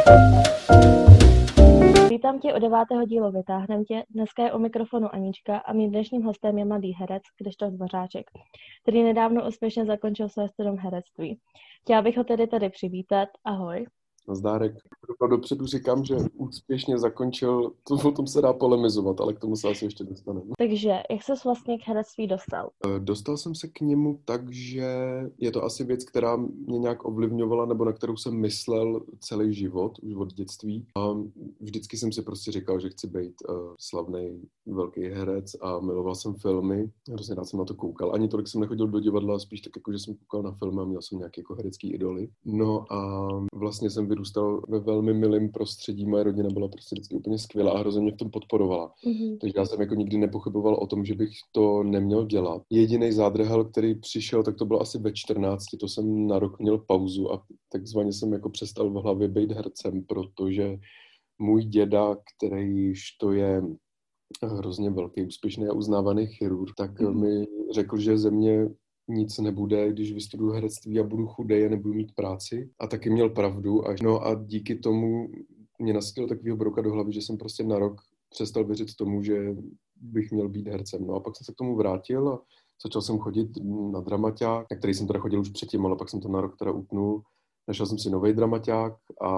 Vítám tě u 9. dílu Vytáhnem tě. Dneska je u mikrofonu Anička a mým dnešním hostem je mladý herec Krištof Dvořáček, který nedávno úspěšně zakončil své studium herectví. Chtěla bych ho tedy tady přivítat. Ahoj. Nazdárek. Dopředu říkám, že úspěšně zakončil, to o tom se dá polemizovat, ale k tomu se asi ještě dostaneme. Takže, jak ses vlastně k herectví dostal? Dostal jsem se k němu tak, že je to asi věc, která mě nějak ovlivňovala, nebo na kterou jsem myslel celý život, už od dětství. A vždycky jsem si prostě říkal, že chci být slavný velký herec a miloval jsem filmy. Hrozně rád jsem na to koukal. Ani tolik jsem nechodil do divadla, spíš tak jako, že jsem koukal na filmy a měl jsem nějaké jako herecký idoly. No a vlastně jsem vyrůstal ve velmi milém prostředí, moje rodina byla prostě vždycky úplně skvělá a hrozně mě v tom podporovala. Takže já jsem jako nikdy nepochyboval o tom, že bych to neměl dělat. Jediný zádrhel, který přišel, tak to bylo asi ve 14, to jsem na rok měl pauzu a takzvaně jsem jako přestal v hlavě být hercem, protože můj děda, kterýž to je hrozně velký, úspěšný a uznávaný chirurg, tak mi řekl, že ze mě nic nebude, když vystuduju herectví a budu chudej a nebudu mít práci. A taky měl pravdu. A díky tomu mě nasytilo takovýho brouka do hlavy, že jsem prostě na rok přestal věřit tomu, že bych měl být hercem. No a pak jsem se k tomu vrátil a začal jsem chodit na dramaťák, na který jsem teda chodil už předtím, ale pak jsem to na rok teda utnul. Našel jsem si nový dramaťák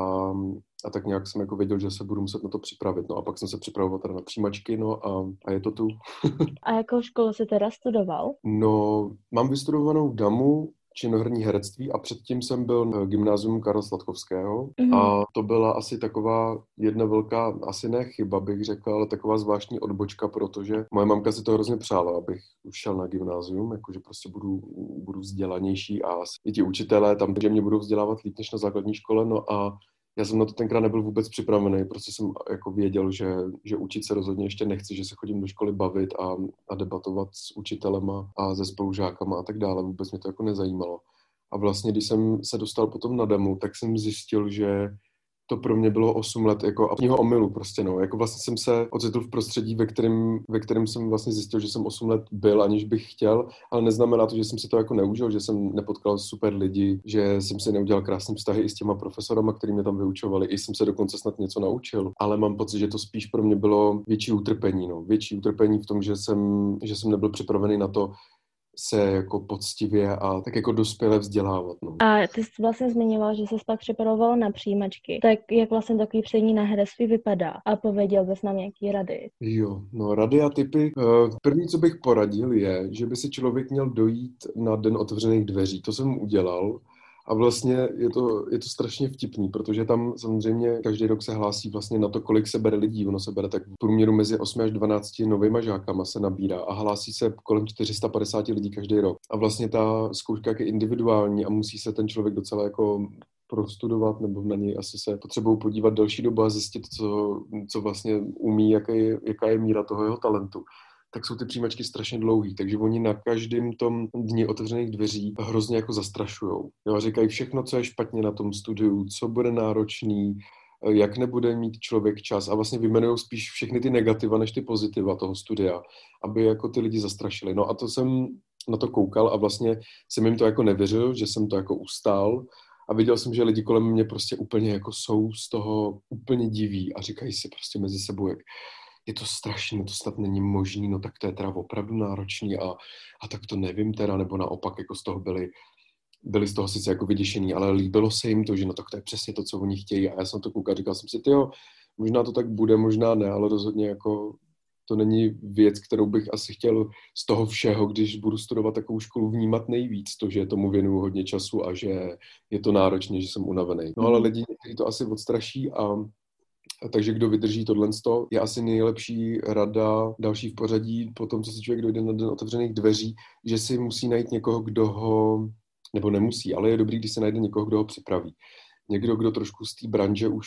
a tak nějak jsem jako věděl, že se budu muset na to připravit. No a pak jsem se připravoval teda na přijímačky, no a je to tu. A jakou školu jsi teda studoval? No, mám vystudovanou DAMu, činoherní herectví a předtím jsem byl na gymnázium Karla Sladkovského a to byla asi taková jedna velká, asi ne chyba bych řekl, ale taková zvláštní odbočka, protože moje mamka si to hrozně přála, abych už šel na gymnázium, jakože prostě budu vzdělanější a i ti učitelé tam, že mě budou vzdělávat líp než na základní škole, no a já jsem na to tenkrát nebyl vůbec připravený, prostě jsem jako věděl, že učit se rozhodně ještě nechci, že se chodím do školy bavit a debatovat s učitelema a se spolužákama a tak dále, vůbec mě to jako nezajímalo. A vlastně, když jsem se dostal potom na DAMu, tak jsem zjistil, že to pro mě bylo 8 let jako a omylu prostě, no. Jako vlastně jsem se ocitl v prostředí, ve kterém jsem vlastně zjistil, že jsem 8 let byl, aniž bych chtěl, ale neznamená to, že jsem si to jako neužil, že jsem nepotkal super lidi, že jsem si neudělal krásné vztahy i s těma profesorama, který mě tam vyučovali, i jsem se dokonce snad něco naučil, ale mám pocit, že to spíš pro mě bylo větší utrpení, no. Větší utrpení v tom, že jsem nebyl připravený na to se jako poctivě a tak jako dospěle vzdělávat. No. A ty jsi vlastně zmiňoval, že jsi pak připravoval na přijímačky. Tak jak vlastně takový přední na herectví vypadá? A pověděl bys nám nějaký rady? Jo, no rady a tipy. První, co bych poradil, je, že by si člověk měl dojít na den otevřených dveří. To jsem udělal. A vlastně je to strašně vtipný, protože tam samozřejmě každý rok se hlásí vlastně na to, kolik se bere lidí. Ono se bere tak v průměru mezi 8 až 12 novýma žákama se nabírá a hlásí se kolem 450 lidí každý rok. A vlastně ta zkouška je individuální a musí se ten člověk docela jako prostudovat, nebo na něj asi se potřebují podívat další dobu a zjistit, co vlastně umí, jaká je míra toho jeho talentu. Tak jsou ty přijímačky strašně dlouhý, takže oni na každém tom dni otevřených dveří hrozně jako zastrašujou. Jo, říkají všechno, co je špatně na tom studiu, co bude náročný, jak nebude mít člověk čas a vlastně vyjmenují spíš všechny ty negativa než ty pozitiva toho studia, aby jako ty lidi zastrašili. No a to jsem na to koukal a vlastně jsem jim to jako nevěřil, že jsem to jako ustál a viděl jsem, že lidi kolem mě prostě úplně jako jsou z toho úplně diví a říkají si prostě mezi sebou, jak je to strašný, to snad není možný, no tak to je teda opravdu náročný a tak to nevím teda, nebo naopak jako z toho byli z toho sice jako vyděšený, ale líbilo se jim to, že no tak to je přesně to, co oni chtějí a já jsem to koukal, říkal jsem si, tyjo, možná to tak bude, možná ne, ale rozhodně jako to není věc, kterou bych asi chtěl z toho všeho, když budu studovat takovou školu, vnímat nejvíc, to, že tomu věnuju hodně času a že je to náročné, že jsem unavený. No ale lidi, kteří to asi odstraší a takže kdo vydrží tohle, je asi nejlepší rada další v pořadí po tom, co si člověk dojde na den otevřených dveří, že si musí najít někoho, kdo ho, nebo nemusí, ale je dobrý, když se najde někoho, kdo ho připraví. Někdo, kdo trošku z té branže už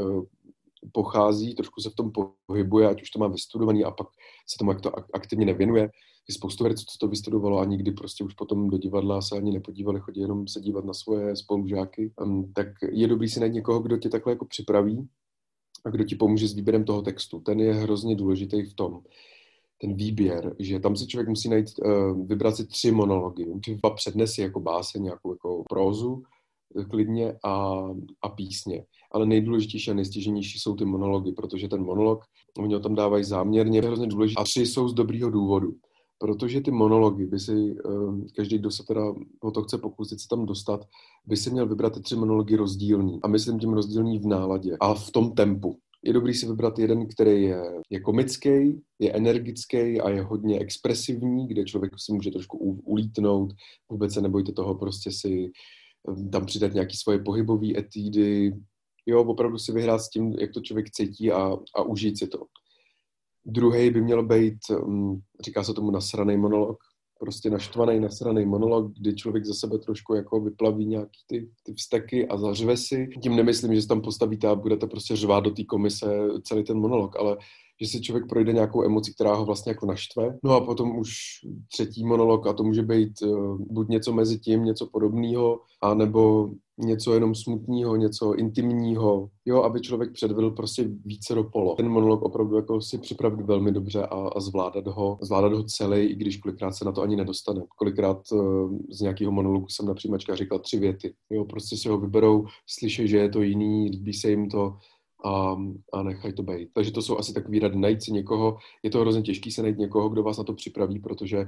pochází, trošku se v tom pohybuje, ať už to má vystudovaný a pak se tomu jak to aktivně nevěnuje. Je spoustu herců, co to vystudovalo a nikdy prostě už potom do divadla se ani nepodívali, chodí jenom se dívat na svoje spolužáky. Tak je dobrý si najít někoho, kdo tě takhle jako připraví a kdo ti pomůže s výběrem toho textu. Ten je hrozně důležitý v tom, ten výběr, že tam si člověk musí najít, vybrat si 3 monology, 2 přednesy jako báseň, nějakou jako prózu, klidně a písně. Ale nejdůležitější a nejstěžnější jsou ty monology, protože ten monolog, oni ho tam dávají záměrně, je hrozně důležitý. A 3 jsou z dobrýho důvodu. Protože ty monology by si, každý, kdo se teda o to chce pokusit se tam dostat, by si měl vybrat ty 3 monology rozdílný. A myslím tím rozdílný v náladě a v tom tempu. Je dobrý si vybrat jeden, který je komický, je energický a je hodně expresivní, kde člověk si může trošku ulítnout, vůbec se nebojte toho prostě si tam přidat nějaké svoje pohybové etídy, jo, opravdu si vyhrát s tím, jak to člověk cítí a užít si to. Druhý by měl být, říká se tomu nasranej monolog, prostě naštvaný, nasranej monolog, kdy člověk za sebe trošku jako vyplaví nějaký ty vzteky a zařve si. Tím nemyslím, že se tam postavíte a budete prostě řvát do té komise celý ten monolog, ale že si člověk projde nějakou emoci, která ho vlastně jako naštve. No a potom už 3. monolog a to může být buď něco mezi tím, něco podobného, anebo něco jenom smutného, něco intimního, jo, aby člověk předvedl prostě více do polo. Ten monolog opravdu jako si připravit velmi dobře a zvládat ho celý, i když kolikrát se na to ani nedostane. Kolikrát z nějakého monologu jsem na přijímačkách říkal 3 věty. Jo, prostě si ho vyberou, slyší, že je to jiný, líbí se jim to a nechají to být. Takže to jsou asi takový rady. Najít si někoho, je to hrozně těžký se najít někoho, kdo vás na to připraví, protože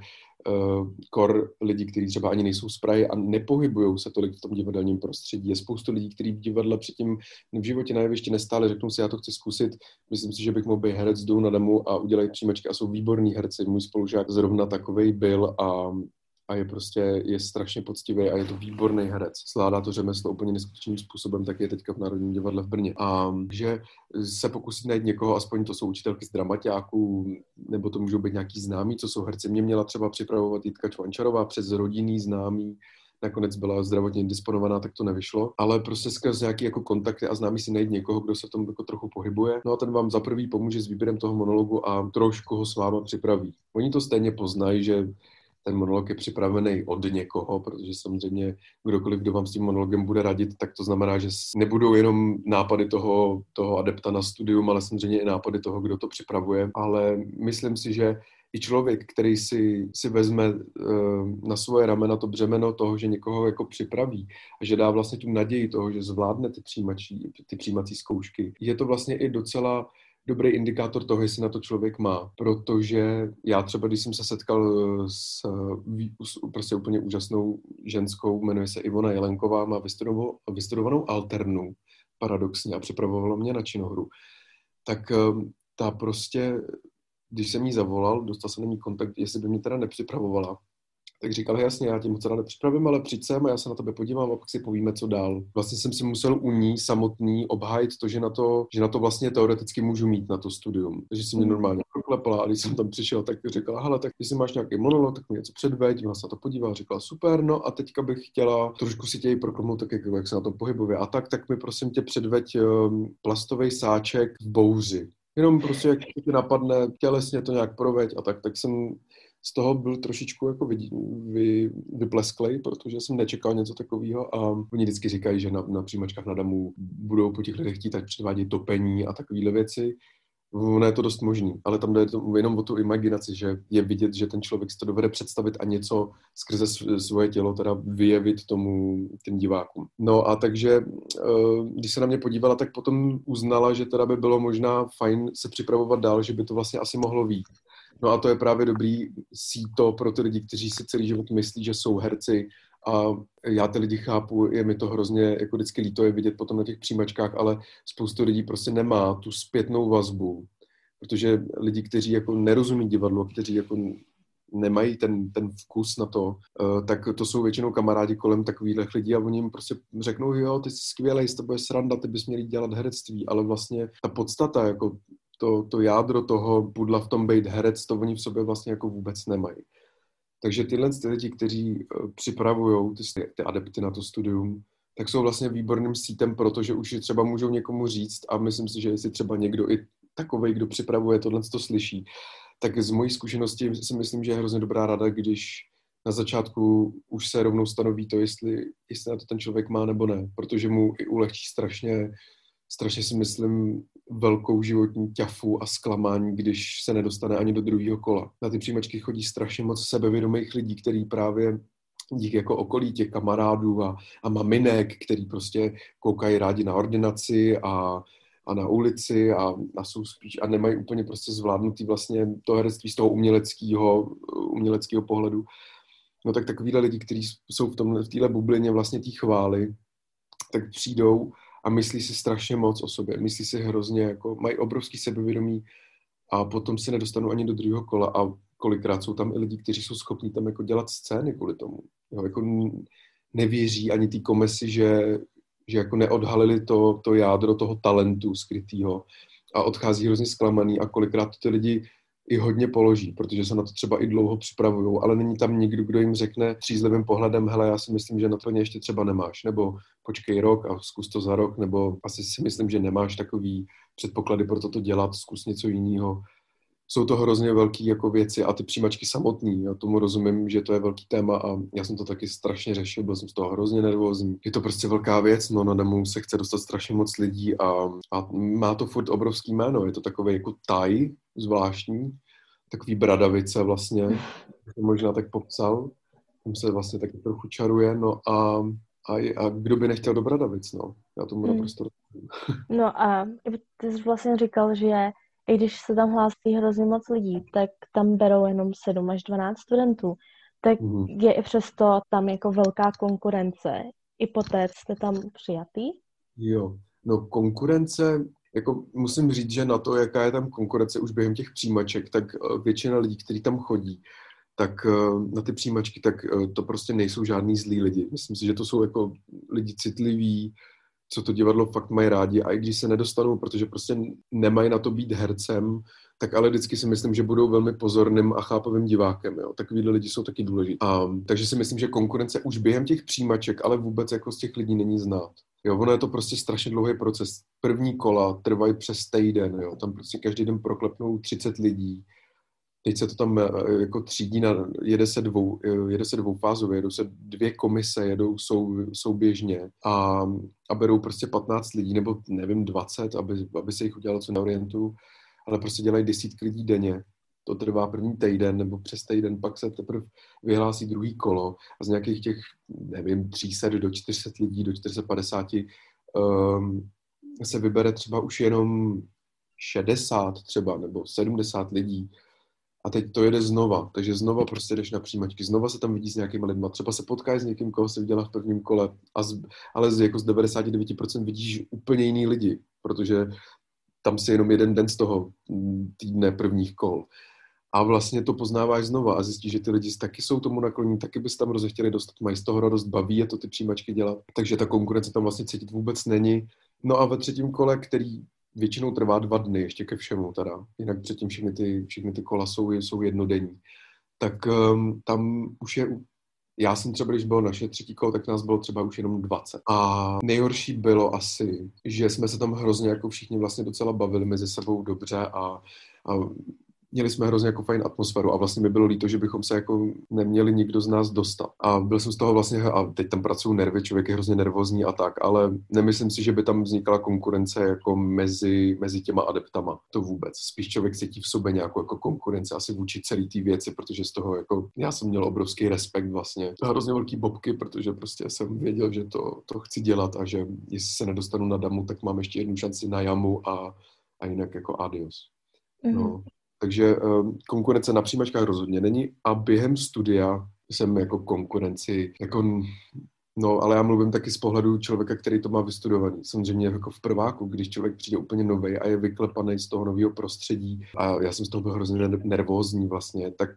lidi, kteří třeba ani nejsou z Prahy a nepohybují se tolik v tom divadelním prostředí. Je spoustu lidí, kteří v divadle předtím v životě na jevišti nestáli, řeknou si, já to chci zkusit, myslím si, že bych mohl být herec, jdou na damu a udělají přijímačky a jsou výborní herci. Můj spolužák zrovna takovej byl a je strašně poctivý a je to výborný herec. Zvládá to řemeslo úplně neskutečným způsobem, tak je teďka v Národním divadle v Brně. A že se pokusit najít někoho, aspoň to jsou učitelky z dramaťáků, nebo to můžou být nějaký známí, co jsou herci. Mě měla třeba připravovat Jitka Čvančarová přes rodinný známý, nakonec byla zdravotně indisponovaná, tak to nevyšlo, ale prostě skrz nějaký jako kontakty a známí si najít někoho, kdo se v tom jako trochu pohybuje. No a ten vám za prvý pomůže s výběrem toho monologu a trošku ho s váma připraví. Oni to stejně poznají, že ten monolog je připravený od někoho, protože samozřejmě kdokoliv, kdo vám s tím monologem bude radit, tak to znamená, že nebudou jenom nápady toho adepta na studium, ale samozřejmě i nápady toho, kdo to připravuje. Ale myslím si, že i člověk, který si vezme na svoje ramena to břemeno toho, že někoho jako připraví a že dá vlastně tu naději toho, že zvládne ty přijímací zkoušky, je to vlastně i docela dobrý indikátor toho, jestli na to člověk má, protože já třeba, když jsem se setkal s prostě úplně úžasnou ženskou, jmenuje se Ivona Jelenková, má vystudovanou alternu, paradoxně, a připravovala mě na činohru, tak ta prostě, když jsem jí zavolal, dostal jsem na ní kontakt, jestli by mě teda nepřipravovala, tak říkal, jasně, já tě moc rád nepřipravím, ale přijď sem a já se na tebe podívám a pak si povíme, co dál. Vlastně jsem si musel u ní samotný obhájit to, že na to vlastně teoreticky můžu mít na to studium. Takže si mě normálně proklepala a když jsem tam přišel, tak řekla, hele, tak jestli máš nějaký monolog, tak mi něco předveď, ona se na to podívala, řekla, super, no a teďka bych chtěla trošku si tě i proklopnout, tak jak se na tom pohybuje. A tak mi prosím tě předveď plastový sáček v bouři. Jenom prostě, jak tě napadne, tělesně to nějak proveď a tak jsem z toho byl trošičku jako vyplesklej, protože jsem nečekal něco takového a oni vždycky říkají, že na přijímačkách na damu budou po těch lidech chtít, ať předvádějí topení a takovéhle věci. Ono je to dost možný, ale tam jde to jenom o tu imaginaci, že je vidět, že ten člověk si to dovede představit a něco skrze svoje tělo teda vyjevit těm divákům. No a takže, když se na mě podívala, tak potom uznala, že teda by bylo možná fajn se připravovat dál, že by to vlastně asi mohlo vyjít. No a to je právě dobrý síto pro ty lidi, kteří si celý život myslí, že jsou herci a já ty lidi chápu, je mi to hrozně jako vždycky líto je vidět potom na těch přijímačkách, ale spoustu lidí prostě nemá tu zpětnou vazbu, protože lidi, kteří jako nerozumí divadlu, kteří jako nemají ten vkus na to, tak to jsou většinou kamarádi kolem takových lidí a oni jim prostě řeknou, jo, ty jsi skvělej, s tebou je sranda, ty bys měl dělat herectví, ale vlastně ta podstata, jako to jádro toho pudla v tom být herec, to oni v sobě vlastně jako vůbec nemají. Takže tyhle lidi, kteří připravují ty adepty na to studium, tak jsou vlastně výborným sítem, protože už je třeba můžou někomu říct a myslím si, že jestli třeba někdo i takovej, kdo připravuje tohle, to slyší, tak z mojí zkušenosti si myslím, že je hrozně dobrá rada, když na začátku už se rovnou stanoví to, jestli na to ten člověk má nebo ne, protože mu i ulehčí strašně si myslím velkou životní ťafu a zklamání, když se nedostane ani do druhého kola. Na ty přijímačky chodí strašně moc sebevědomých lidí, kteří právě díky jako okolí těch kamarádů a maminek, který prostě koukají rádi na ordinaci a na ulici a jsou spíš a nemají úplně prostě zvládnutý vlastně to herectví z toho uměleckého pohledu. No tak takovýhle lidi, kteří jsou v téhle bublině vlastně té chvály, tak přijdou a myslí si strašně moc o sobě. Myslí si hrozně, jako mají obrovský sebevědomí a potom se nedostanou ani do druhého kola a kolikrát jsou tam i lidi, kteří jsou schopní tam jako dělat scény kvůli tomu. Jo, jako nevěří ani té komisi, že jako neodhalili to jádro toho talentu skrytýho a odchází hrozně zklamaný a kolikrát ty lidi i hodně položí, protože se na to třeba i dlouho připravují, ale není tam nikdo, kdo jim řekne střízlivým pohledem, hele, já si myslím, že na to ještě třeba nemáš, nebo počkej rok a zkus to za rok, nebo asi si myslím, že nemáš takový předpoklady pro toto dělat, zkus něco jiného. Jsou to hrozně velký jako věci a ty přijímačky samotný, já tomu rozumím, že to je velký téma a já jsem to taky strašně řešil, byl jsem z toho hrozně nervózní. Je to prostě velká věc, no na demo se chce dostat strašně moc lidí a má to furt obrovský jméno, je to takový jako taj zvláštní, takový bradavice vlastně, možná tak popsal, tam se vlastně taky trochu čaruje, no a kdo by nechtěl do Bradavic, no, já tomu naprosto rozumím. No a ty jsi vlastně říkal, že i když se tam hlásí hrozně moc lidí, tak tam berou jenom 7 až 12 studentů. Tak je i přesto tam jako velká konkurence. I poté jste tam přijatý? Jo, no konkurence, jako musím říct, že na to, jaká je tam konkurence už během těch přijímaček, tak většina lidí, kteří tam chodí, tak na ty přijímačky, tak to prostě nejsou žádný zlí lidi. Myslím si, že to jsou jako lidi citliví, co to divadlo fakt mají rádi a i když se nedostanou, protože prostě nemají na to být hercem, tak ale vždycky si myslím, že budou velmi pozorným a chápavým divákem. Jo. Takovýhle lidi jsou taky důležitý. Takže si myslím, že konkurence už během těch přijímaček, ale vůbec jako z těch lidí není znát. Jo, ono je to prostě strašně dlouhý proces. První kola trvají přes týden. Jo. Tam prostě každý den proklepnou 30 lidí. Teď se to tam jako třídí, jede se dvoufázově, jedou se 2 komise, jedou souběžně a berou prostě 15 lidí, nebo nevím, 20, aby se jich udělalo co na orientu, ale prostě dělají desítky lidí denně. To trvá první týden nebo přes týden, pak se teprve vyhlásí druhý kolo a z nějakých těch, nevím, 300 do 400 lidí, do 450 se vybere třeba už jenom 60 třeba nebo 70 lidí. A teď to jede znova, takže znova prostě jdeš na přijímačky, znova se tam vidí s nějakýma lidma, třeba se potkáš s někým, koho se viděla v prvním kole, ale jako z 99% vidíš úplně jiný lidi, protože tam si jenom jeden den z toho týdne prvních kol. A vlastně to poznáváš znova a zjistíš, že ty lidi taky jsou tomu nakloněni, taky by se tam chtěli dostat, mají z toho radost, baví je to ty přijímačky dělat, takže ta konkurence tam vlastně cítit vůbec není. No a ve třetím kole, který většinou trvá 2 dny, ještě ke všemu teda. Jinak předtím všechny ty kola jsou jednodenní. Tak tam už je, já jsem třeba, když bylo naše třetí kolo, tak nás bylo třeba už jenom 20. A nejhorší bylo asi, že jsme se tam hrozně jako všichni vlastně docela bavili mezi sebou dobře a měli jsme hrozně jako fajn atmosféru a vlastně mi bylo líto, že bychom se jako neměli nikdo z nás dostat. A byl jsem z toho vlastně, a teď tam pracují nervy, člověk je hrozně nervózní a tak, ale nemyslím si, že by tam vznikala konkurence jako mezi těma adeptama. To vůbec. Spíš člověk cítí v sobě nějakou jako konkurence asi vůči celý té věci, protože z toho jako, já jsem měl obrovský respekt vlastně. Hrozně velký bobky, protože prostě jsem věděl, že to chci dělat a že jestli se nedostanu na damu, tak mám ještě jednu šanci na jamu a jinak jako adios. No. Takže konkurence na přijímačkách rozhodně není a během studia jsem jako konkurenci, jako, no ale já mluvím taky z pohledu člověka, který to má vystudovaný. Samozřejmě jako v prváku, když člověk přijde úplně novej a je vyklepaný z toho nového prostředí a já jsem z toho byl hrozně nervózní vlastně, tak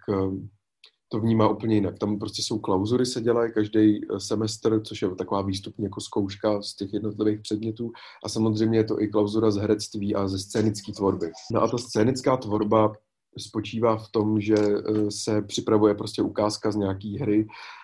to vnímá úplně jinak. Tam prostě jsou klauzury, se dělají každý semestr, což je taková výstupní jako zkouška z těch jednotlivých předmětů a samozřejmě je to i klauzura z herectví a ze scénické tvorby. No a ta scénická tvorba spočívá v tom, že se připravuje prostě ukázka z nějaký hry,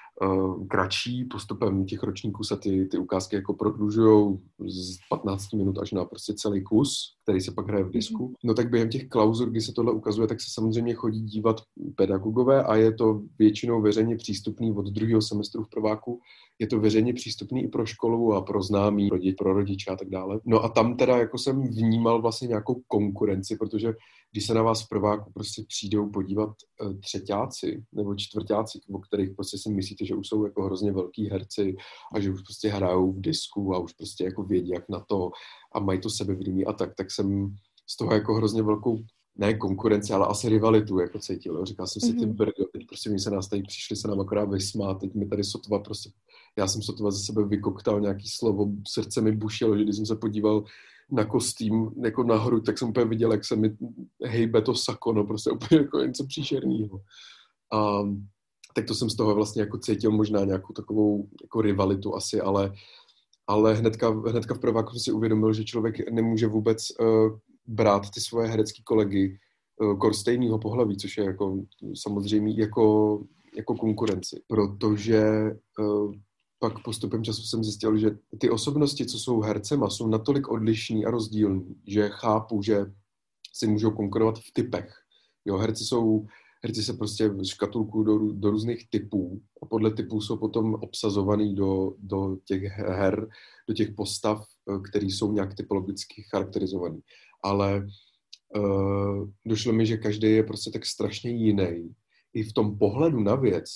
kratší, postupem těch ročníků se ty ukázky jako prodlužujou z 15 minut až na prostě celý kus, který se pak hraje v disku. No tak během těch klauzur, kdy se tohle ukazuje, tak se samozřejmě chodí dívat pedagogové a je to většinou veřejně přístupný od druhého semestru v prváku. Je to veřejně přístupný i pro školu a pro známí, pro rodiče a tak dále. No a tam teda jako jsem vnímal vlastně nějakou konkurenci, protože když se na vás v prváku prostě přijdou podívat třeťáci nebo čtvrťáci, o kterých prostě si myslíte, že už jsou jako hrozně velký herci a že už prostě hrajou v disku a už prostě jako vědí, jak na to a mají to sebevědomí a tak jsem z toho jako hrozně velkou, ne konkurenci, ale asi rivalitu jako cítil. Říkal jsem si, ty brdo, teď prostě mi se nás tady přišli se nám akorát vysmát, teď mi tady sotva prostě, já jsem sotva ze sebe vykoktal nějaký slovo, srdce mi bušilo, že když jsem se podíval na kostým, jako na hruď, tak jsem úplně viděl, jak se mi hejbe to sako, no prostě úplně jako něco příšernýho. A tak to jsem z toho vlastně jako cítil možná nějakou takovou jako rivalitu asi, ale hnedka v prváku jsem si uvědomil, že člověk nemůže vůbec brát ty svoje herecké kolegy stejného pohlaví, což je jako samozřejmě jako konkurenci, protože pak postupem času jsem zjistil, že ty osobnosti, co jsou hercema, jsou natolik odlišný a rozdílný, že chápu, že si můžou konkurovat v typech. Jo, herci se prostě škatulkují do různých typů a podle typů jsou potom obsazovaný do těch her, do těch postav, které jsou nějak typologicky charakterizovaný. Ale došlo mi, že každý je prostě tak strašně jiný. I v tom pohledu na věc,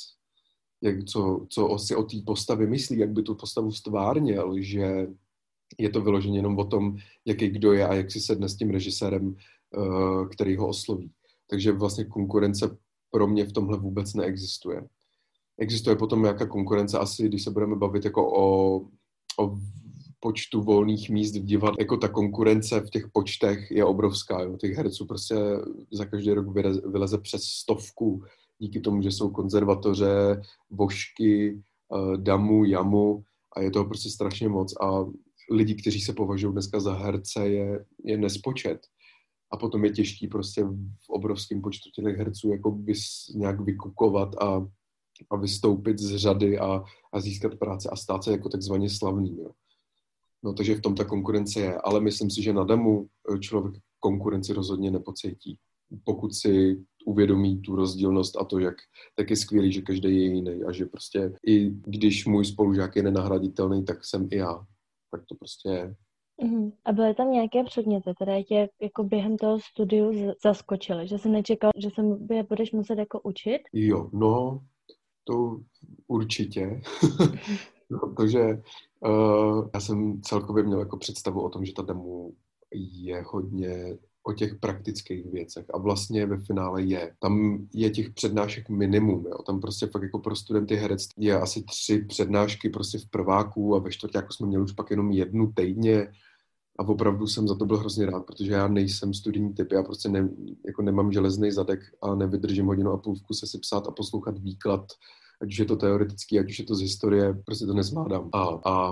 co si o té postavě myslí, jak by tu postavu stvárnil, že je to vyloženě jenom o tom, jaký kdo je a jak si sedne s tím režisérem, který ho osloví. Takže vlastně konkurence pro mě v tomhle vůbec neexistuje. Existuje potom nějaká konkurence asi, když se budeme bavit jako o počtu volných míst v divadle. Jako ta konkurence v těch počtech je obrovská. Jo. Těch herců prostě za každý rok vyleze přes 100. Díky tomu, že jsou konzervatoře, vošky, damu, jamu a je toho prostě strašně moc. A lidi, kteří se považují dneska za herce, je nespočet. A potom je těžký prostě v obrovském počtu těch herců jako nějak vykukovat a vystoupit z řady a získat práci a stát se jako takzvaně slavný. Jo. No, takže v tom ta konkurence je. Ale myslím si, že na damu člověk konkurenci rozhodně nepocítí. Pokud si uvědomí tu rozdílnost a to, jak tak je skvělý, že každý je jiný a že prostě i když můj spolužák je nenahraditelný, tak jsem i já. Tak to prostě je. A byly tam nějaké předměty, které tě jako během toho studiu zaskočily, že jsi nečekal, že se je budeš muset jako učit? Jo, no, to určitě. Protože já jsem celkově měl jako představu o tom, že ta demo je hodně o těch praktických věcech a vlastně ve finále je. Tam je těch přednášek minimum, jo. Tam prostě fakt jako pro studenty herectví je asi 3 přednášky prostě v prváku a ve čtvrťáku jsme měli už pak jenom 1 týdně a opravdu jsem za to byl hrozně rád, protože já nejsem studijní typ, já prostě jako nemám železný zadek a nevydržím 1,5 hodiny v kuse si psát a poslouchat výklad, ať už je to teoretický, ať už je to z historie, prostě to nezvládám. A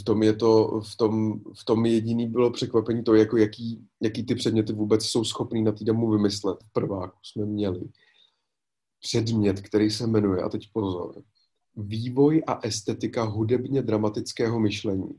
v tom jediný bylo překvapení to, jako jaký ty předměty vůbec jsou schopný na té damu vymyslet. V prváku jsme měli předmět, který se jmenuje, a teď pozor, vývoj a estetika hudebně dramatického myšlení.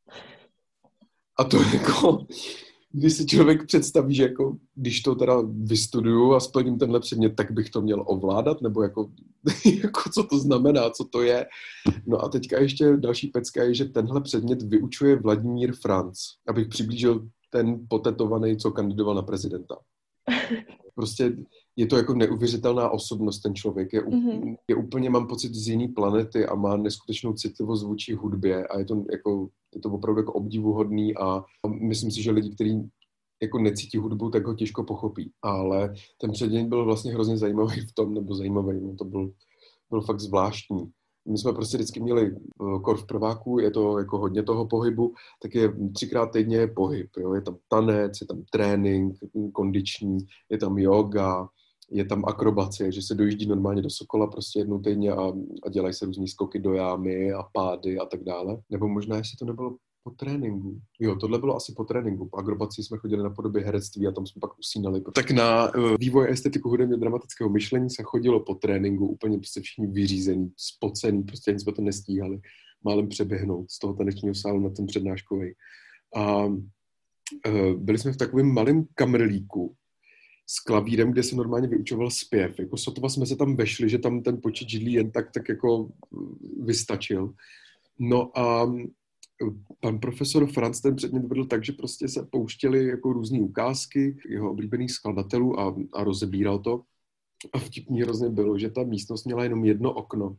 A to jako, když si člověk představí, že jako, když to teda vystuduju a splním tenhle předmět, tak bych to měl ovládat, nebo jako co to znamená, co to je. No a teďka ještě další pecka je, že tenhle předmět vyučuje Vladimír Franc, abych přiblížil ten potetovaný, co kandidoval na prezidenta. Prostě je to jako neuvěřitelná osobnost, ten člověk. Je úplně, mám pocit, z jiný planety a má neskutečnou citlivost vůči hudbě a je to opravdu jako obdivuhodný a myslím si, že lidi, kteří jako necítí hudbu, tak ho těžko pochopí. Ale ten předmět byl vlastně hrozně zajímavý v tom, nebo zajímavý, no to byl fakt zvláštní. My jsme prostě vždycky měli kor v prváku, je to jako hodně toho pohybu, tak je 3krát týdně je pohyb. Jo? Je tam tanec, je tam trénink kondiční, je tam yoga, je tam akrobacie, že se dojíždí normálně do Sokola prostě 1 týdně a dělají se různý skoky do jámy a pády a tak dále. Nebo možná, jestli to nebylo po tréninku. Jo, tohle bylo asi po tréninku. Po akrobacii jsme chodili na podobě herectví a tam jsme pak usínali. Tak na vývoj estetiku hudebně dramatického myšlení se chodilo po tréninku, úplně prostě všichni vyřízený, spocený, prostě nic jsme to nestíhali. Málem přeběhnout z toho tanečního sálu na ten přednáškovej. byli jsme v takovém malém kamrlíku s klavírem, kde se normálně vyučoval zpěv. Jako sotva jsme se tam vešli, že tam ten počet židlí jen tak jako vystačil. No a pan profesor Franc ten předmět vedl tak, že prostě se pouštěly jako různý ukázky jeho oblíbených skladatelů a rozebíral to. A vtipný hrozně bylo, že ta místnost měla jenom jedno okno,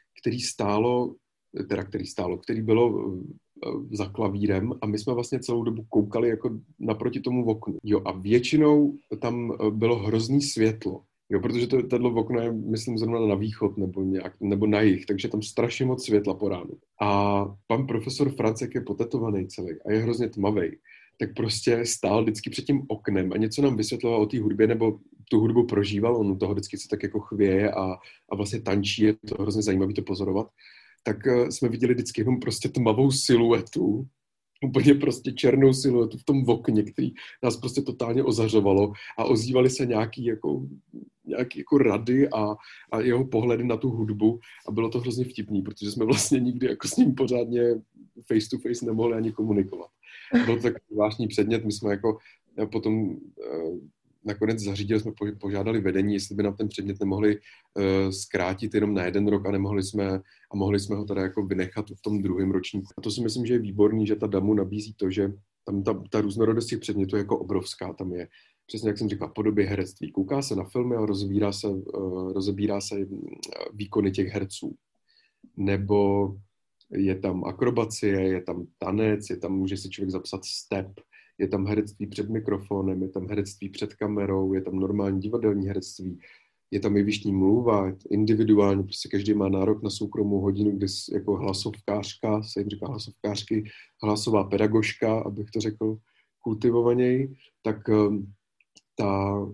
který bylo za klavírem a my jsme vlastně celou dobu koukali jako naproti tomu oknu. Jo, a většinou tam bylo hrozný světlo. Jo, protože tohle okno je, myslím, zrovna na východ nebo na jih, takže tam strašně moc světla po ránu. A pan profesor Francek je potetovaný celý a je hrozně tmavej. Tak prostě stál vždycky před tím oknem a něco nám vysvětloval o té hudbě, nebo tu hudbu prožíval, on toho vždycky se tak jako chvěje a vlastně tančí, je to hrozně zajímavé to pozorovat. Tak jsme viděli vždycky jenom prostě tmavou siluetu, úplně prostě černou siluetu v tom okně, který nás prostě totálně ozařovalo a ozývaly se nějaký jako rady a jeho pohledy na tu hudbu a bylo to hrozně vtipný, protože jsme vlastně nikdy jako s ním pořádně face to face nemohli ani komunikovat. Byl to takový zvláštní předmět, my jsme jako potom nakonec zařídili, jsme požádali vedení, jestli by nám ten předmět nemohli zkrátit jenom na 1 rok a mohli jsme ho teda jako vynechat v tom 2. ročníku. A to si myslím, že je výborný, že ta DAMU nabízí to, že tam ta různorodost těch předmětů je jako obrovská. Tam je, přesně jak jsem říkal, podobě herectví. Kouká se na filmy a rozebírá se výkony těch herců. Nebo je tam akrobacie, je tam tanec, může si člověk zapsat step, je tam herectví před mikrofonem, je tam herectví před kamerou, je tam normální divadelní herectví, je tam jevištní mluva, individuálně, prostě každý má nárok na soukromou hodinu, kde jako hlasovkářka, se jim říká hlasovkářky, hlasová pedagožka, abych to řekl kultivovaněji, tak ta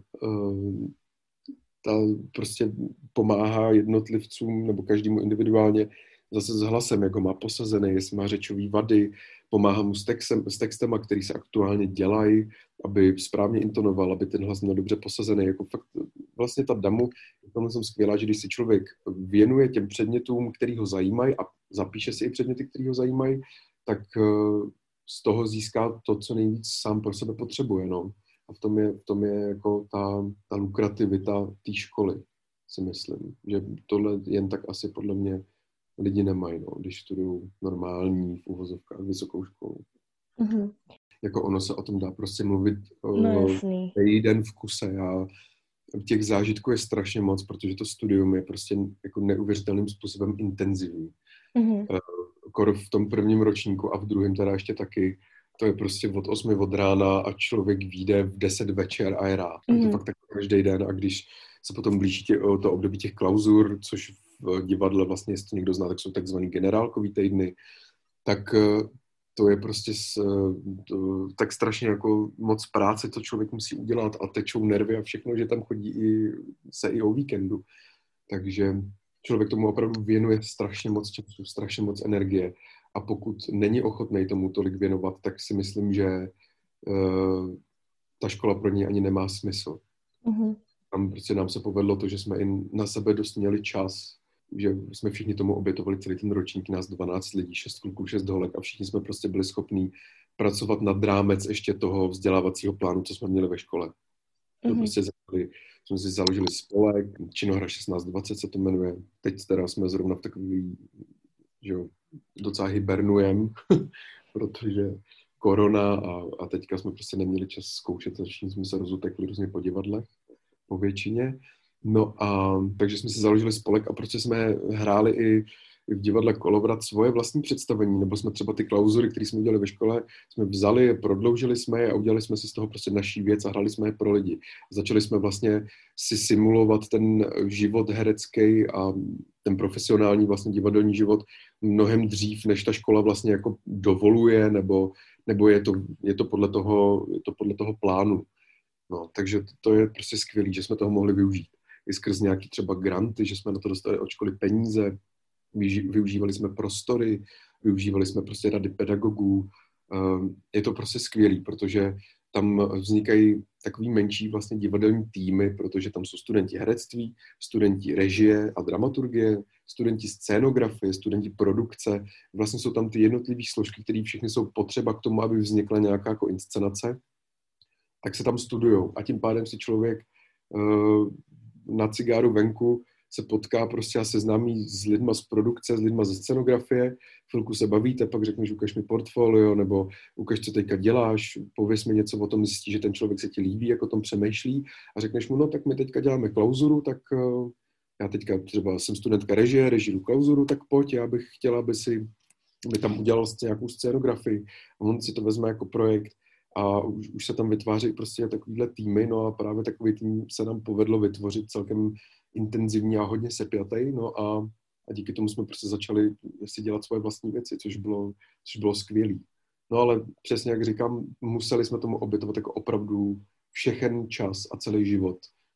prostě pomáhá jednotlivcům nebo každému individuálně zase s hlasem, jako má posazený, jestli má řečové vady, pomáhá mu s textama, který se aktuálně dělají, aby správně intonoval, aby ten hlas měl dobře posazený. Jako fakt vlastně ta DAMU, tomu jsem skvělá, že když si člověk věnuje těm předmětům, který ho zajímají a zapíše si i předměty, který ho zajímají, tak z toho získá to, co nejvíc sám pro sebe potřebuje. No. A v tom je jako ta lukrativita té školy, si myslím. Že tohle jen tak asi podle mě lidi nemají, no, když studují normální v uvozovkách vysokou školu. Mm-hmm. Jako ono se o tom dá prostě mluvit týden v kuse. Těch zážitků je strašně moc, protože to studium je prostě jako neuvěřitelným způsobem intenzivní. Mm-hmm. V tom 1. ročníku a v 2. teda ještě taky. To je prostě od 8 od rána a člověk vyjde v 10 večer a je rád. Mm-hmm. Je to fakt tak každý den a když se potom blíží to období těch klauzur, což v divadle vlastně, jestli to někdo zná, tak jsou takzvaný generálkový týdny, tak to je prostě tak strašně jako moc práce, co člověk musí udělat a tečou nervy a všechno, že tam chodí i o víkendu. Takže člověk tomu opravdu věnuje strašně moc času, strašně moc energie a pokud není ochotný tomu tolik věnovat, tak si myslím, že ta škola pro něj ani nemá smysl. Mm-hmm. Tam prostě nám se povedlo to, že jsme i na sebe dost měli čas, že jsme všichni tomu obětovali celý ten ročník, nás 12 lidí, 6 kluků, 6 holek a všichni jsme prostě byli schopní pracovat nad rámec ještě toho vzdělávacího plánu, co jsme měli ve škole. To prostě jsme si založili spolek, Činohra 1620 se to jmenuje. Teď teda jsme zrovna v takový, že docela hibernujeme, protože korona a teďka jsme prostě neměli čas zkoušet, všichni jsme se rozutekli různě po divadlech, po většině. No a takže jsme si založili spolek a prostě jsme hráli i v divadle Kolovrat svoje vlastní představení, nebo jsme třeba ty klauzury, které jsme udělali ve škole, jsme vzali, prodloužili jsme je a udělali jsme si z toho prostě naší věc a hráli jsme je pro lidi. Začali jsme vlastně si simulovat ten život herecký a ten profesionální vlastně divadelní život mnohem dřív, než ta škola vlastně jako dovoluje, nebo je to podle toho plánu. No, takže to je prostě skvělý, že jsme toho mohli využít. I skrz nějaký třeba granty, že jsme na to dostali od školy peníze, využívali jsme prostory, využívali jsme prostě rady pedagogů. Je to prostě skvělý, protože tam vznikají takový menší vlastně divadelní týmy, protože tam jsou studenti herectví, studenti režie a dramaturgie, studenti scénografie, studenti produkce. Vlastně jsou tam ty jednotlivé složky, které všechny jsou potřeba k tomu, aby vznikla nějaká jako inscenace, tak se tam studujou. A tím pádem si člověk na cigáru venku se potká prostě a seznámí s lidma z produkce, s lidma ze scenografie, chvilku se bavíte, pak řekneš, ukaž mi portfolio, nebo ukaž, co teďka děláš, pověz mi něco o tom, zjistí, že ten člověk se ti líbí, jak o tom přemýšlí a řekneš mu, no tak my teďka děláme klauzuru, tak já teďka třeba jsem studentka režie, režíru klauzuru, tak pojď, já bych chtěla, aby si mi tam udělal nějakou scénografii a on si to vezme jako projekt a už se tam vytváří prostě takovýhle týmy, no a právě takový tým se nám povedlo vytvořit celkem intenzivní a hodně sepjatej, no a díky tomu jsme prostě začali si dělat svoje vlastní věci, což bylo skvělý. No ale přesně jak říkám, museli jsme tomu obětovat jako opravdu všechen čas a celý život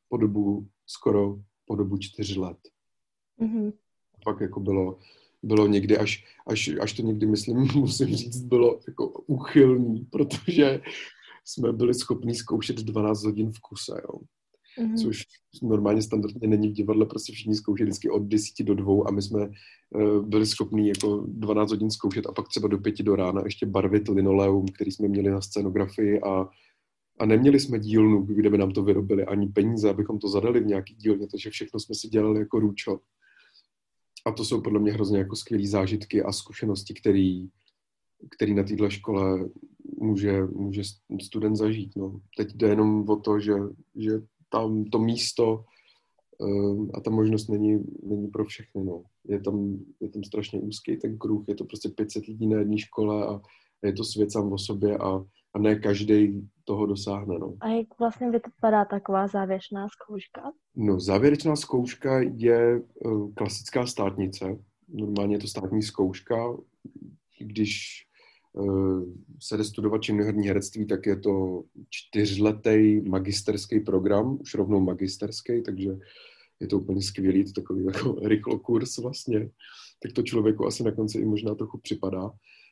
po dobu 4 let. Mm-hmm. Pak jako bylo někdy, až to někdy, myslím, musím říct, bylo jako úchylný, protože jsme byli schopni zkoušet 12 hodin v kuse, jo. Mm-hmm. Což normálně standardně není v divadle, prostě všichni zkouší vždycky od 10 do 2 a my jsme byli schopni jako 12 hodin zkoušet a pak třeba do 5 do rána ještě barvit linoleum, který jsme měli na scénografii a neměli jsme dílnu, kde by nám to vyrobili, ani peníze, abychom to zadali v nějaký dílně, takže všechno jsme si dělali jako růčo. A to jsou podle mě hrozně jako skvělý zážitky a zkušenosti, který na této škole může student zažít. No. Teď jde jenom o to, že tam to místo a ta možnost není pro všechny. No. Je tam strašně úzký ten kruh, je to prostě 500 lidí na jedné škole a je to svět sám o sobě a ne každý toho dosáhne. No. A jak vlastně vypadá taková závěrečná zkouška? No, závěrečná zkouška je klasická státnice. Normálně je to státní zkouška. Když se jde studovat činoherní herectví, tak je to 4letý magisterský program, už rovnou magisterský, takže je to úplně skvělý, je to takový jako rychlokurs vlastně, tak to člověku asi na konci i možná trochu připadá.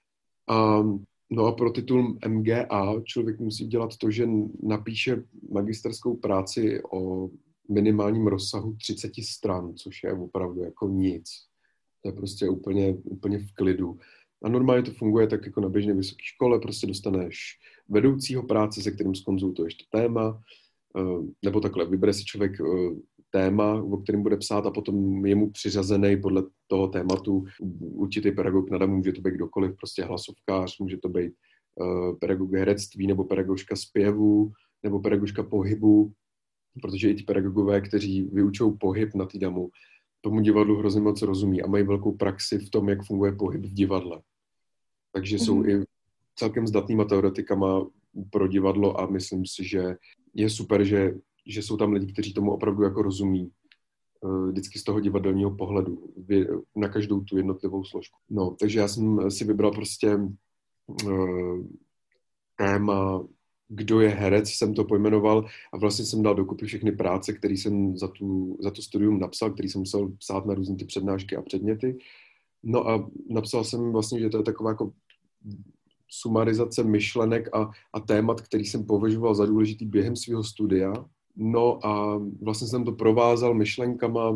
No a pro titul MGA člověk musí dělat to, že napíše magisterskou práci o minimálním rozsahu 30 stran, což je opravdu jako nic. To je prostě úplně v klidu. A normálně to funguje tak jako na běžné vysoké škole, prostě dostaneš vedoucího práce, se kterým zkonzultuješ to téma, nebo takhle, vybere si člověk téma, o kterém bude psát a potom je mu přiřazený podle toho tématu určitý pedagog na damu, může to být kdokoliv, prostě hlasovkář, může to být pedagog herectví nebo pedagožka zpěvu nebo pedagožka pohybu, protože i ti pedagogové, kteří vyučují pohyb na té damu, tomu divadlu hrozně moc rozumí a mají velkou praxi v tom, jak funguje pohyb v divadle. Takže jsou i celkem zdatnýma teoretikama pro divadlo a myslím si, že je super, že jsou tam lidi, kteří tomu opravdu jako rozumí vždycky z toho divadelního pohledu na každou tu jednotlivou složku. No, takže já jsem si vybral prostě téma Kdo je herec, jsem to pojmenoval a vlastně jsem dal dokupy všechny práce, které jsem za to studium napsal, který jsem musel psát na různé ty přednášky a předměty. No a napsal jsem vlastně, že to je taková jako sumarizace myšlenek a témat, který jsem považoval za důležitý během svého studia. No a vlastně jsem to provázal myšlenkama,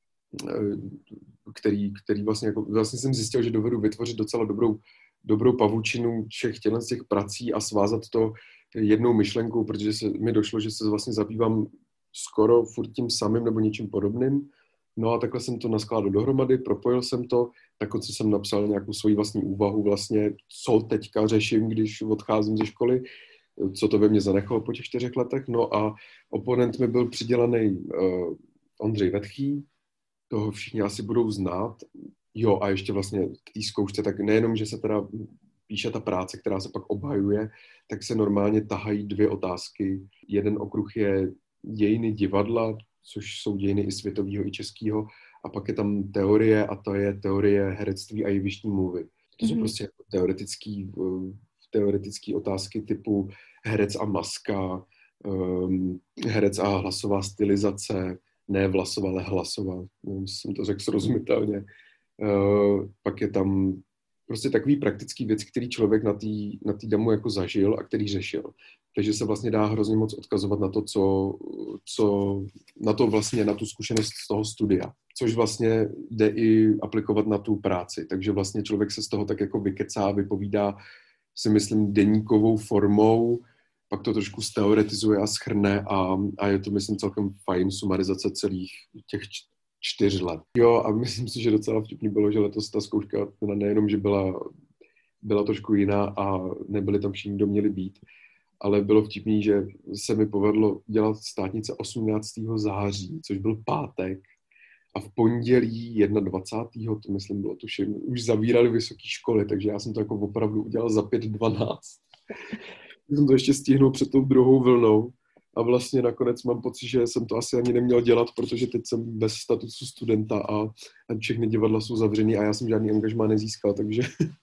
který vlastně jsem zjistil, že dovedu vytvořit docela dobrou pavučinu všech těch prací a svázat to jednou myšlenkou, protože mi došlo, že se vlastně zabývám skoro furt tím samým nebo něčím podobným. No a takhle jsem to naskládal dohromady, propojil jsem to, na konci jsem napsal nějakou svoji vlastní úvahu vlastně, co teďka řeším, když odcházím ze školy, co to ve mně zanechalo po těch 4 letech. No a oponent mi byl přidělaný Ondřej Vetchý, toho všichni asi budou znát. Jo, a ještě vlastně k té zkoušce, tak nejenom, že se teda píše ta práce, která se pak obhajuje, tak se normálně tahají 2 otázky. Jeden okruh je dějiny divadla, což jsou dějiny i světového, i českého, a pak je tam teorie, a to je teorie herectví a jevištní mluvy. To jsou prostě teoretické otázky typu herec a maska, herec a hlasová stylizace, ne vlasová, ale hlasová. Jsem to řekl srozumitelně. Pak je tam prostě takový praktický věc, který člověk na té damu jako zažil a který řešil. Takže se vlastně dá hrozně moc odkazovat na to, na to vlastně, na tu zkušenost z toho studia, což vlastně jde i aplikovat na tu práci. Takže vlastně člověk se z toho tak jako vykecá, vypovídá, si myslím, deníkovou formou, pak to trošku steoretizuje a shrne a je to, myslím, celkem fajn sumarizace celých těch 4 let. Jo, a myslím si, že docela vtipný bylo, že letos ta zkouška nejenom, že byla trošku jiná a nebyli tam všichni, kdo měli být, ale bylo vtipný, že se mi povedlo dělat státnice 18. září, což byl pátek, a v pondělí 21. to myslím bylo tuším, už zavírali vysoké školy, takže já jsem to jako opravdu udělal za 5:12. Jsem to ještě stihnul před tou druhou vlnou a vlastně nakonec mám pocit, že jsem to asi ani neměl dělat, protože teď jsem bez statusu studenta a všechny divadla jsou zavřený a já jsem žádný angažmá nezískal, takže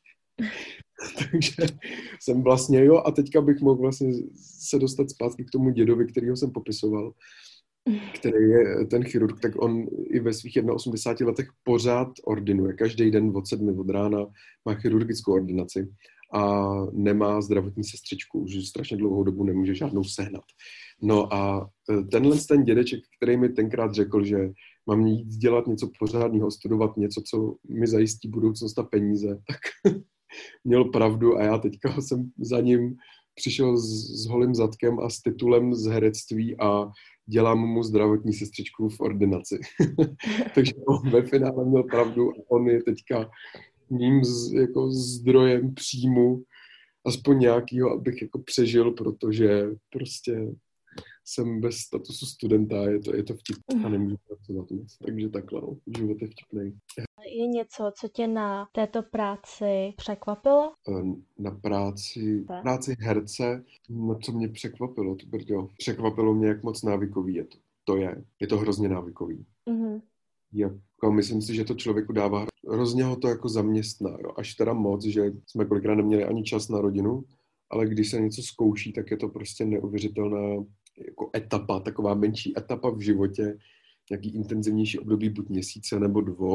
jsem vlastně, jo, a teďka bych mohl vlastně se dostat zpátky k tomu dědovi, kterýho jsem popisoval, který je ten chirurg, tak on i ve svých 81 letech pořád ordinuje. Každý den od 7 od rána má chirurgickou ordinaci a nemá zdravotní sestřičku. Už strašně dlouhou dobu nemůže žádnou sehnat. No a ten dědeček, který mi tenkrát řekl, že mám jít dělat něco pořádného, studovat něco, co mi zajistí budoucnost a peníze, tak měl pravdu a já teďka jsem za ním přišel s holým zadkem a s titulem z herectví a dělám mu zdravotní sestřičku v ordinaci. Takže on ve finále měl pravdu a on je teďka mým jako zdrojem příjmu, aspoň nějakýho, abych jako přežil, protože prostě jsem bez statusu studenta, je to vtipné a nemůžu pracovat moc. Takže takhle, no, život je vtipný. Je něco, co tě na této práci překvapilo? Na práci herce, no co mě překvapilo, to brďo. Překvapilo mě, jak moc návykový je to. Je to hrozně návykový. Mm-hmm. Jako, myslím si, že to člověku dává, hrozně ho to jako zaměstná, jo. Až teda moc, že jsme kolikrát neměli ani čas na rodinu, ale když se něco zkouší, tak je to prostě neuvěřitelná jako etapa, taková menší etapa v životě, nějaký intenzivnější období, buď měsíce nebo 2,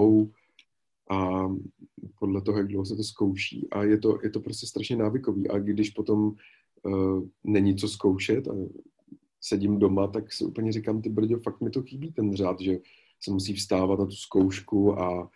a podle toho, jak dlouho se to zkouší. A je to prostě strašně návykový. A když potom není co zkoušet a sedím doma, tak si úplně říkám, ty brďo, fakt mi to chybí ten řád, že se musí vstávat na tu zkoušku a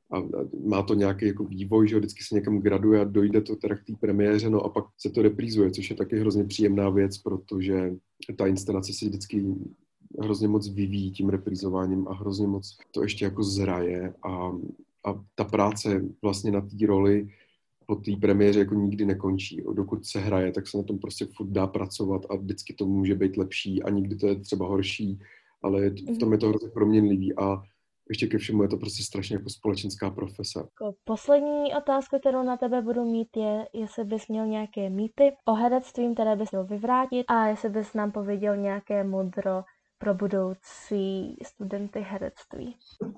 má to nějaký jako vývoj, že vždycky se někam graduje a dojde to teda k té premiéře, no a pak se to reprízuje, což je taky hrozně příjemná věc, protože ta inscenace se vždycky hrozně moc vyvíjí tím reprízováním a hrozně moc to ještě jako zraje a ta práce vlastně na té roli po té premiéře jako nikdy nekončí. Dokud se hraje, tak se na tom prostě furt dá pracovat a vždycky to může být lepší a nikdy to je třeba horší, ale v tom je to hrozně proměnlivý a ještě ke všemu je to prostě strašně jako společenská profese. Poslední otázka, kterou na tebe budu mít, je, jestli bys měl nějaké mýty o herectví, které bys měl vyvrátit a jestli bys nám pověděl nějaké moudro pro budoucí studenty herectví.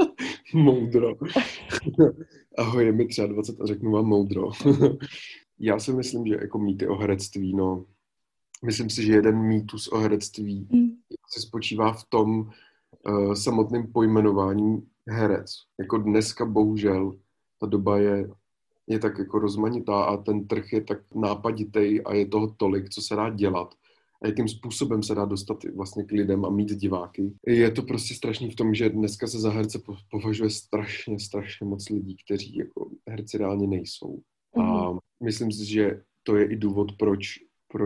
Moudro. Ahoj, je mi 23 a řeknu vám moudro. Já si myslím, že jako mýty o herectví, no, myslím si, že jeden mýtus o herectví se spočívá v tom samotném pojmenování herec. Jako dneska bohužel ta doba je tak jako rozmanitá a ten trh je tak nápaditej a je toho tolik, co se dá dělat a jakým způsobem se dá dostat vlastně k lidem a mít diváky. Je to prostě strašný v tom, že dneska se za herce považuje strašně moc lidí, kteří jako herci reálně nejsou. A myslím si, že to je i důvod, proč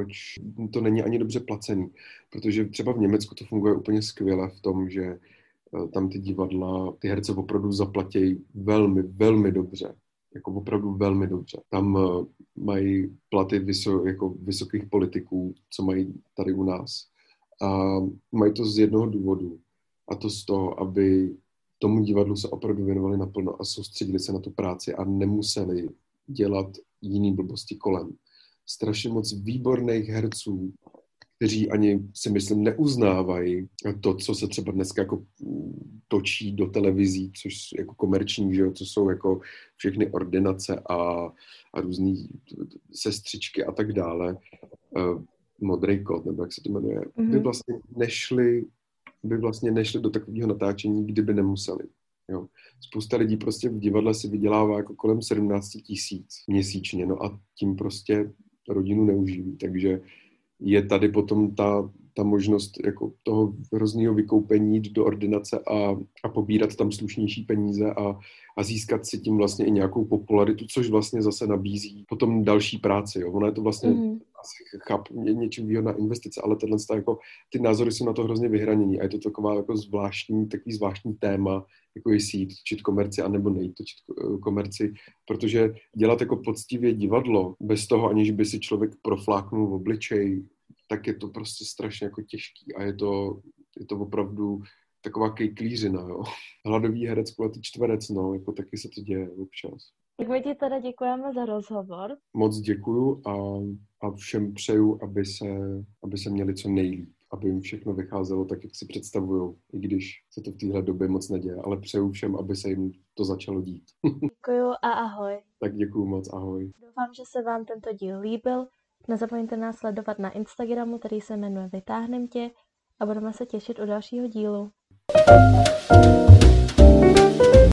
to není ani dobře placený. Protože třeba v Německu to funguje úplně skvěle v tom, že tam ty divadla, ty herce opravdu zaplatí velmi, velmi dobře. Jako opravdu velmi dobře. Tam mají platy jako vysokých politiků, co mají tady u nás. A mají to z jednoho důvodu. A to z toho, aby tomu divadlu se opravdu věnovali naplno a soustředili se na tu práci a nemuseli dělat jiný blbosti kolem. Strašně moc výborných herců, kteří ani si myslím neuznávají to, co se třeba dneska jako točí do televizí, což jako komerční, že jo, co jsou jako všechny ordinace a různý sestřičky a tak dále. Modrý kot, nebo jak se to jmenuje, by vlastně nešli do takového natáčení, kdyby nemuseli. Jo. Spousta lidí prostě v divadle si vydělává jako kolem 17 000 měsíčně, no a tím prostě rodinu neuživí, takže je tady potom ta možnost jako toho hrozného vykoupení, jít do ordinace a pobírat tam slušnější peníze a získat si tím vlastně i nějakou popularitu, což vlastně zase nabízí potom další práci. Jo. Ono je to vlastně asi něčím výhodná investice, ale jako, ty názory jsou na to hrozně vyhranění a je to taková jako takový zvláštní téma, jako jestli jít točit komerci, anebo nejít točit komerci, protože dělat jako poctivě divadlo, bez toho, aniž by si člověk profláknul v obličej, tak je to prostě strašně jako těžký a je to opravdu taková kejklířina, jo. Hladový herec, kulatý čtverec, no, jako taky se to děje občas. Tak my ti teda děkujeme za rozhovor. Moc děkuju a všem přeju, aby se měli co nejlíp, aby jim všechno vycházelo tak, jak si představujou, i když se to v téhle době moc neděje, ale přeju všem, aby se jim to začalo dít. Děkuju a ahoj. Tak děkuju moc, ahoj. Doufám, že se vám tento díl líbil. Nezapomeňte nás sledovat na Instagramu, který se jmenuje Vytáhnem tě a budeme se těšit u dalšího dílu.